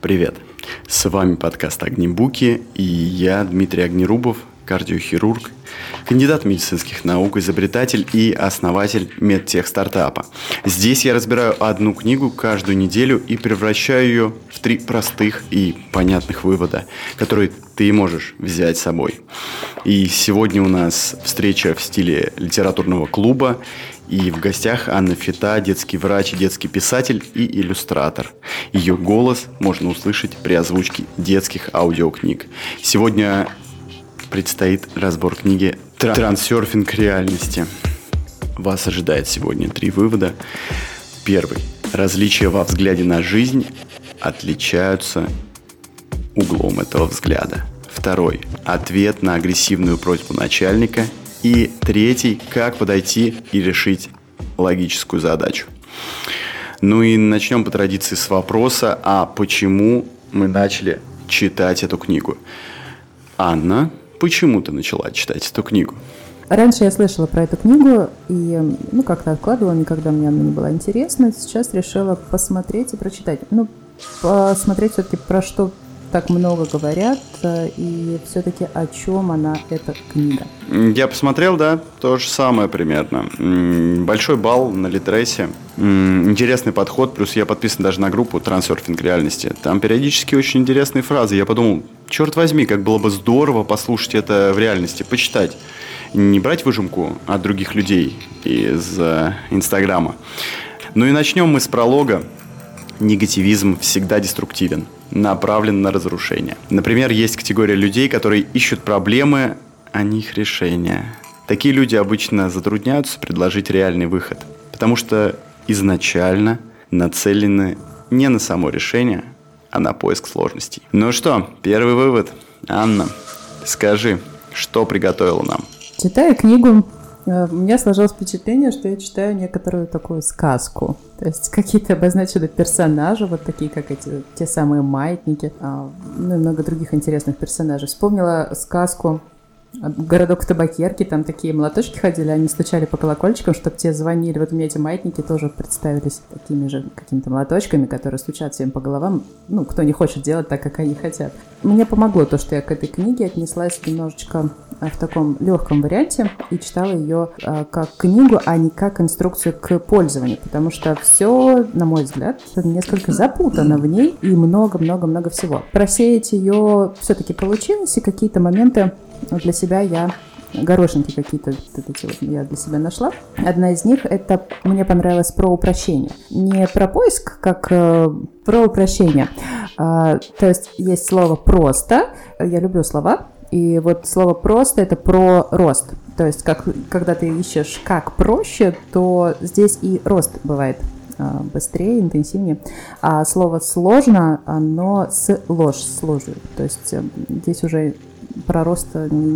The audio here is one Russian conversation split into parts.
Привет! С вами подкаст «Огнебуки» и я, Дмитрий Огнерубов, кардиохирург, кандидат медицинских наук, изобретатель и основатель медтех-стартапа. Здесь я разбираю одну книгу каждую неделю и превращаю ее в 3 простых и понятных вывода, которые ты можешь взять с собой. И сегодня у нас встреча в стиле литературного клуба. И в гостях Анна Фита, детский врач, детский писатель и иллюстратор. Ее голос можно услышать при озвучке детских аудиокниг. Сегодня предстоит разбор книги «Трансерфинг реальности». Вас ожидает сегодня 3 вывода. Первый. Различия во взгляде на жизнь отличаются углом этого взгляда. Второй. Ответ на агрессивную просьбу начальника. И третий, как подойти и решить логическую задачу. Ну и начнем по традиции с вопроса, а почему мы начали читать эту книгу? Анна, почему ты начала читать эту книгу? Раньше я слышала про эту книгу и как-то откладывала, никогда мне она не была интересна. Сейчас решила посмотреть и прочитать. Посмотреть все-таки, про что так много говорят, и все-таки о чем она, эта книга. Я посмотрел, да, то же самое примерно. Большой балл на Литресе. Интересный подход, плюс я подписан даже на группу «Трансерфинг реальности». Там периодически очень интересные фразы. Я подумал, черт возьми, как было бы здорово послушать это в реальности, почитать. Не брать выжимку от других людей из Инстаграма. Ну и начнем мы с пролога. Негативизм всегда деструктивен, направлен на разрушение. Например, есть категория людей, которые ищут проблемы, а не их решения. Такие люди обычно затрудняются предложить реальный выход, потому что изначально нацелены не на само решение, а на поиск сложностей. Ну что, первый вывод. Анна, скажи, что приготовила нам? Читая книгу, у меня сложилось впечатление, что я читаю некоторую такую сказку. То есть какие-то обозначены персонажи, вот такие, как те самые маятники, и много других интересных персонажей. Вспомнила сказку «Городок табакерки», там такие молоточки ходили, они стучали по колокольчикам, чтобы те звонили. Вот у меня эти маятники тоже представились такими же какими-то молоточками, которые стучат всем по головам, кто не хочет делать так, как они хотят. Мне помогло то, что я к этой книге отнеслась немножечко в таком легком варианте и читала ее как книгу, а не как инструкцию к пользованию, потому что все, на мой взгляд, несколько запутано в ней и много-много-много всего. Просеять ее все-таки получилось, и какие-то моменты для себя горошинки какие-то я для себя нашла. Одна из них, это мне понравилось про упрощение. Не про поиск, как про упрощение. То есть слово «просто». Я люблю слова. И вот слово «просто» — это про рост. То есть когда ты ищешь как проще, то здесь и рост бывает быстрее, интенсивнее. А слово «сложно», оно с ложью. То есть здесь уже про рост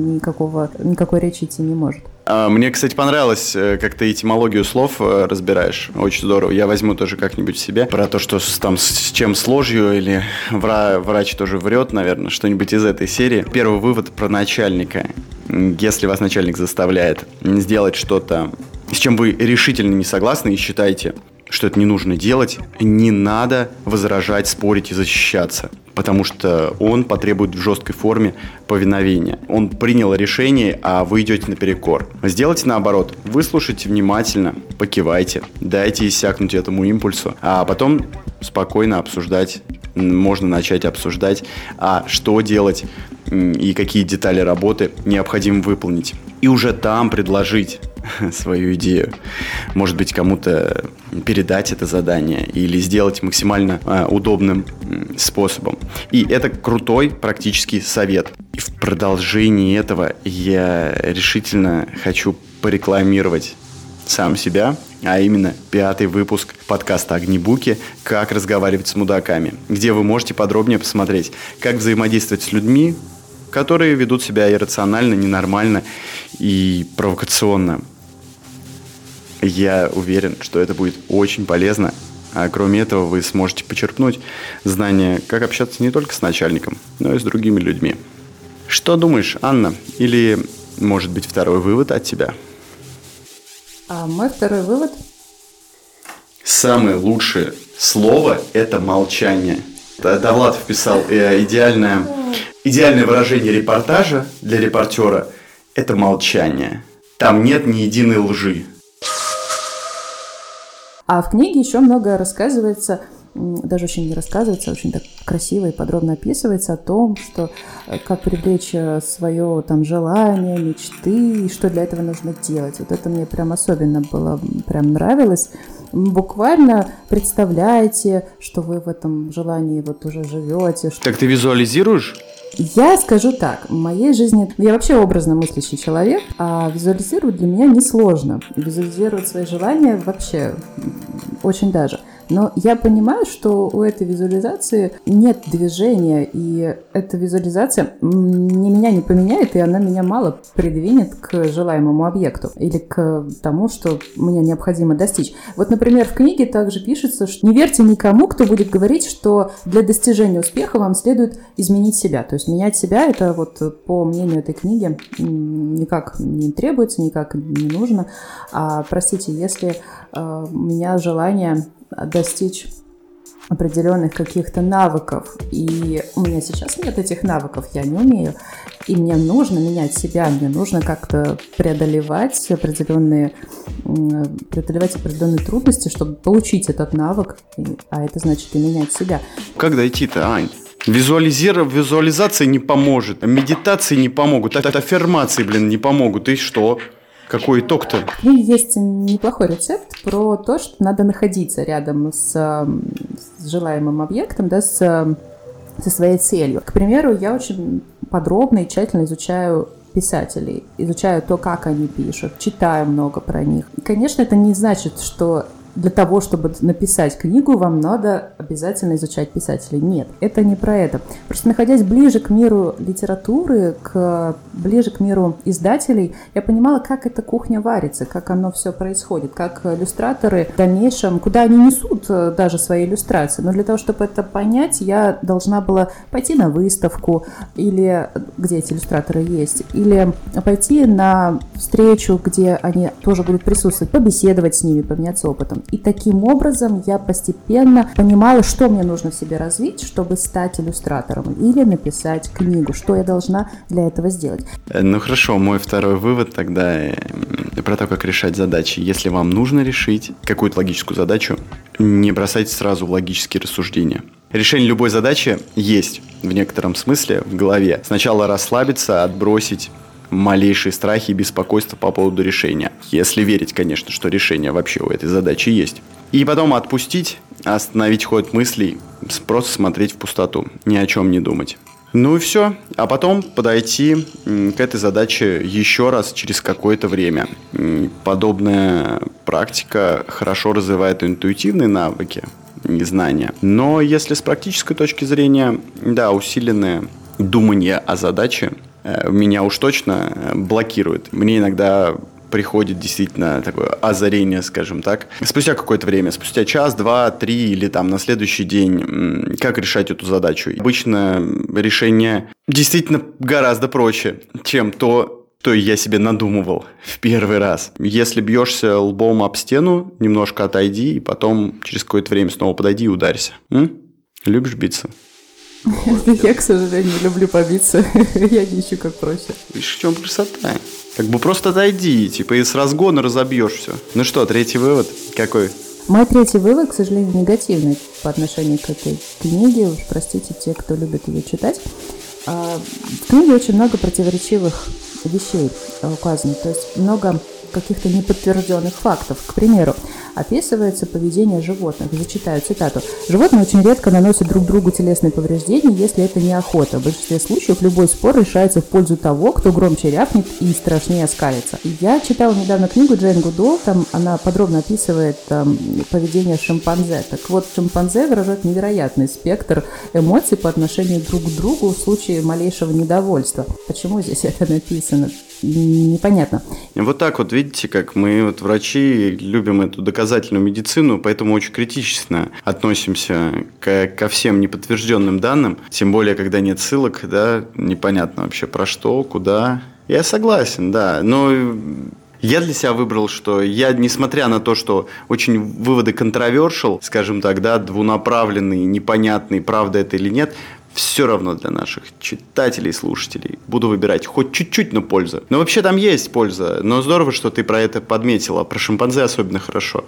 никакой речи идти не может. Мне, кстати, понравилось, как ты этимологию слов разбираешь. Очень здорово. Я возьму тоже как-нибудь себе про то, что там с чем с ложью, или врач тоже врет, наверное, что-нибудь из этой серии. Первый вывод про начальника. Если вас начальник заставляет сделать что-то, с чем вы решительно не согласны и считаете, что это не нужно делать, не надо возражать, спорить и защищаться, потому что он потребует в жесткой форме повиновения. Он принял решение, а вы идете наперекор. Сделайте наоборот. Выслушайте внимательно, покивайте, дайте иссякнуть этому импульсу, а потом спокойно обсуждать. Можно начать обсуждать, что делать и какие детали работы необходимо выполнить. И уже там предложить свою идею. Может быть, кому-то передать это задание или сделать максимально удобным способом. И это крутой практический совет. И в продолжении этого я решительно хочу порекламировать сам себя, а именно 5-й выпуск подкаста «Огнебуки. Как разговаривать с мудаками», где вы можете подробнее посмотреть, как взаимодействовать с людьми, которые ведут себя иррационально, ненормально и провокационно. Я уверен, что это будет очень полезно, а кроме этого вы сможете почерпнуть знания, как общаться не только с начальником, но и с другими людьми. Что думаешь, Анна? Или, может быть, второй вывод от тебя? Мой второй вывод. Самое лучшее слово – это молчание. Довлатов писал, идеальное выражение репортажа для репортера – это молчание. Там нет ни единой лжи. А в книге еще много рассказывается, даже очень не рассказывается, очень так красиво и подробно описывается о том, что как привлечь свое там желание, мечты, и что для этого нужно делать. Вот это мне прям особенно было, прям нравилось. Буквально представляете, что вы в этом желании вот уже живете. Как ты визуализируешь? Я скажу так, в моей жизни, я вообще образно мыслящий человек, а визуализировать для меня несложно. Визуализировать свои желания вообще очень даже. Но я понимаю, что у этой визуализации нет движения, и эта визуализация ни меня не поменяет, и она меня мало придвинет к желаемому объекту или к тому, что мне необходимо достичь. Вот, например, в книге также пишется, что не верьте никому, кто будет говорить, что для достижения успеха вам следует изменить себя. То есть менять себя, это вот по мнению этой книги никак не требуется, никак не нужно. Простите, если у меня желание достичь определенных каких-то навыков, и у меня сейчас нет этих навыков, я не умею, и мне нужно менять себя, мне нужно как-то преодолевать определенные трудности, чтобы получить этот навык, а это значит и менять себя. Как дойти-то, Ань? Визуализация не поможет, медитации не помогут, аффирмации, не помогут, и что? Какой итог-то? В книге есть неплохой рецепт про то, что надо находиться рядом с желаемым объектом, да, со своей целью. К примеру, я очень подробно и тщательно изучаю писателей, изучаю то, как они пишут, читаю много про них. И, конечно, это не значит, что для того, чтобы написать книгу, вам надо обязательно изучать писателей. Нет, это не про это. Просто находясь ближе к миру литературы, ближе к миру издателей, я понимала, как эта кухня варится, как оно все происходит, как иллюстраторы в дальнейшем, куда они несут даже свои иллюстрации. Но для того, чтобы это понять, я должна была пойти на выставку, или где эти иллюстраторы есть, или пойти на встречу, где они тоже будут присутствовать, побеседовать с ними, поменяться опытом. И таким образом я постепенно понимала, что мне нужно в себе развить, чтобы стать иллюстратором или написать книгу, что я должна для этого сделать. Ну хорошо, мой второй вывод тогда про то, как решать задачи. Если вам нужно решить какую-то логическую задачу, не бросайте сразу в логические рассуждения. Решение любой задачи есть в некотором смысле в голове. Сначала расслабиться, отбросить малейшие страхи и беспокойства по поводу решения. Если верить, конечно, что решение вообще у этой задачи есть. И потом отпустить, остановить ход мыслей, просто смотреть в пустоту, ни о чем не думать. Ну и все. А потом подойти к этой задаче еще раз через какое-то время. Подобная практика хорошо развивает интуитивные навыки и знания. Но если с практической точки зрения, да, усиленное думание о задаче меня уж точно блокирует. Мне иногда приходит действительно такое озарение, скажем так, спустя какое-то время, спустя час, два, три или там на следующий день, как решать эту задачу. Обычно решение действительно гораздо проще, чем то я себе надумывал в первый раз. Если бьешься лбом об стену, немножко отойди, и потом через какое-то время снова подойди и ударься. Любишь биться? Я, к сожалению, люблю побиться. Я не ищу как проще. Видишь, в чем красота? Как бы просто отойди, и с разгона разобьешь все. Ну что, третий вывод какой? Мой третий вывод, к сожалению, негативный по отношению к этой книге. Уж простите те, кто любит ее читать. В книге очень много противоречивых вещей указано. То есть много каких-то неподтвержденных фактов. К примеру, описывается поведение животных. Зачитаю цитату. «Животные очень редко наносят друг другу телесные повреждения, если это не охота. В большинстве случаев любой спор решается в пользу того, кто громче рявкнет и страшнее оскалится». Я читала недавно книгу Джейн Гудол, там она подробно описывает поведение шимпанзе. Так вот, шимпанзе выражает невероятный спектр эмоций по отношению друг к другу в случае малейшего недовольства. Почему здесь это написано? Непонятно. Вот так вот, видите, как мы, врачи, любим эту доказательную медицину, поэтому очень критично относимся ко всем неподтвержденным данным, тем более, когда нет ссылок, да, непонятно вообще про что, куда. Я согласен, да, но Я для себя выбрал, что я, несмотря на то, что очень выводы controversial, скажем так, да, двунаправленные, непонятные, правда это или нет, все равно для наших читателей и слушателей буду выбирать хоть чуть-чуть, но польза. Но вообще там есть польза, но здорово, что ты про это подметила, про шимпанзе особенно хорошо.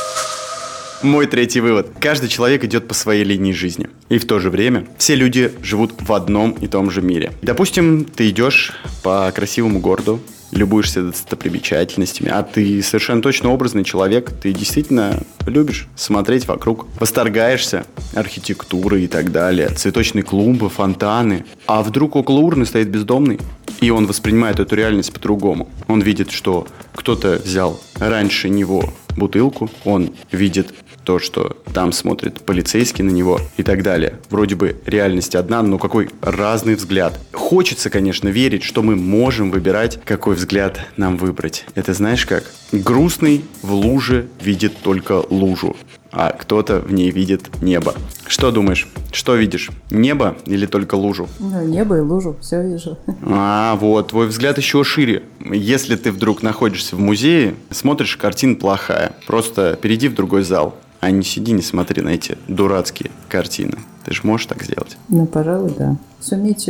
Мой третий вывод. Каждый человек идет по своей линии жизни. И в то же время все люди живут в одном и том же мире. Допустим, ты идешь по красивому городу, любуешься достопримечательностями, а ты совершенно точно образный человек, ты действительно любишь смотреть вокруг, восторгаешься архитектурой и так далее, цветочные клумбы, фонтаны. А вдруг около урны стоит бездомный, и он воспринимает эту реальность по-другому. Он видит, что кто-то взял раньше него бутылку, он видит то, что там смотрит полицейский на него и так далее. Вроде бы реальность одна, но какой разный взгляд. Хочется, конечно, верить, что мы можем выбирать, какой взгляд нам выбрать. Это знаешь как? Грустный в луже видит только лужу, а кто-то в ней видит небо. Что думаешь? Что видишь? Небо или только лужу? Небо и лужу, все вижу. Вот, твой взгляд еще шире. Если ты вдруг находишься в музее, смотришь, картина плохая, просто перейди в другой зал. А не сиди, не смотри на эти дурацкие картины. Ты же можешь так сделать? Пожалуй, да. Суметь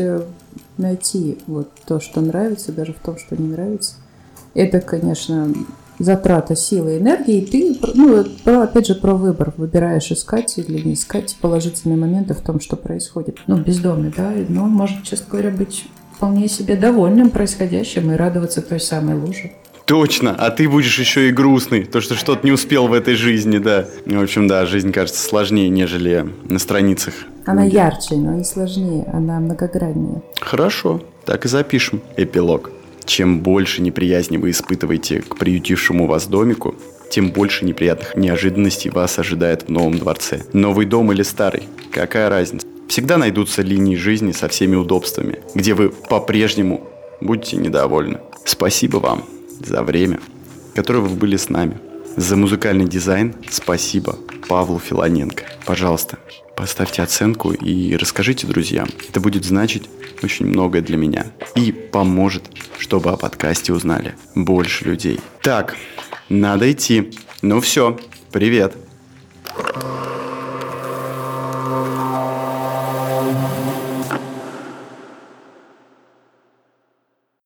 найти вот то, что нравится, даже в том, что не нравится. Это, конечно, затрата силы и энергии. И ты, опять же, про выбор. Выбираешь искать или не искать положительные моменты в том, что происходит. Бездомный, да, но он может, честно говоря, быть вполне себе довольным происходящим и радоваться той самой луже. Точно, а ты будешь еще и грустный, то, что что-то не успел в этой жизни, да. В общем, да, жизнь кажется сложнее, нежели на страницах. Она ярче, но не сложнее, она многограннее. Хорошо, так и запишем. Эпилог. Чем больше неприязни вы испытываете к приютившему вас домику, тем больше неприятных неожиданностей вас ожидает в новом дворце. Новый дом или старый, какая разница? Всегда найдутся линии жизни со всеми удобствами, где вы по-прежнему будете недовольны. Спасибо вам за время, которое вы были с нами. За музыкальный дизайн спасибо Павлу Филоненко. Пожалуйста, поставьте оценку и расскажите друзьям. Это будет значить очень многое для меня. И поможет, чтобы о подкасте узнали больше людей. Так, надо идти. Ну все, привет.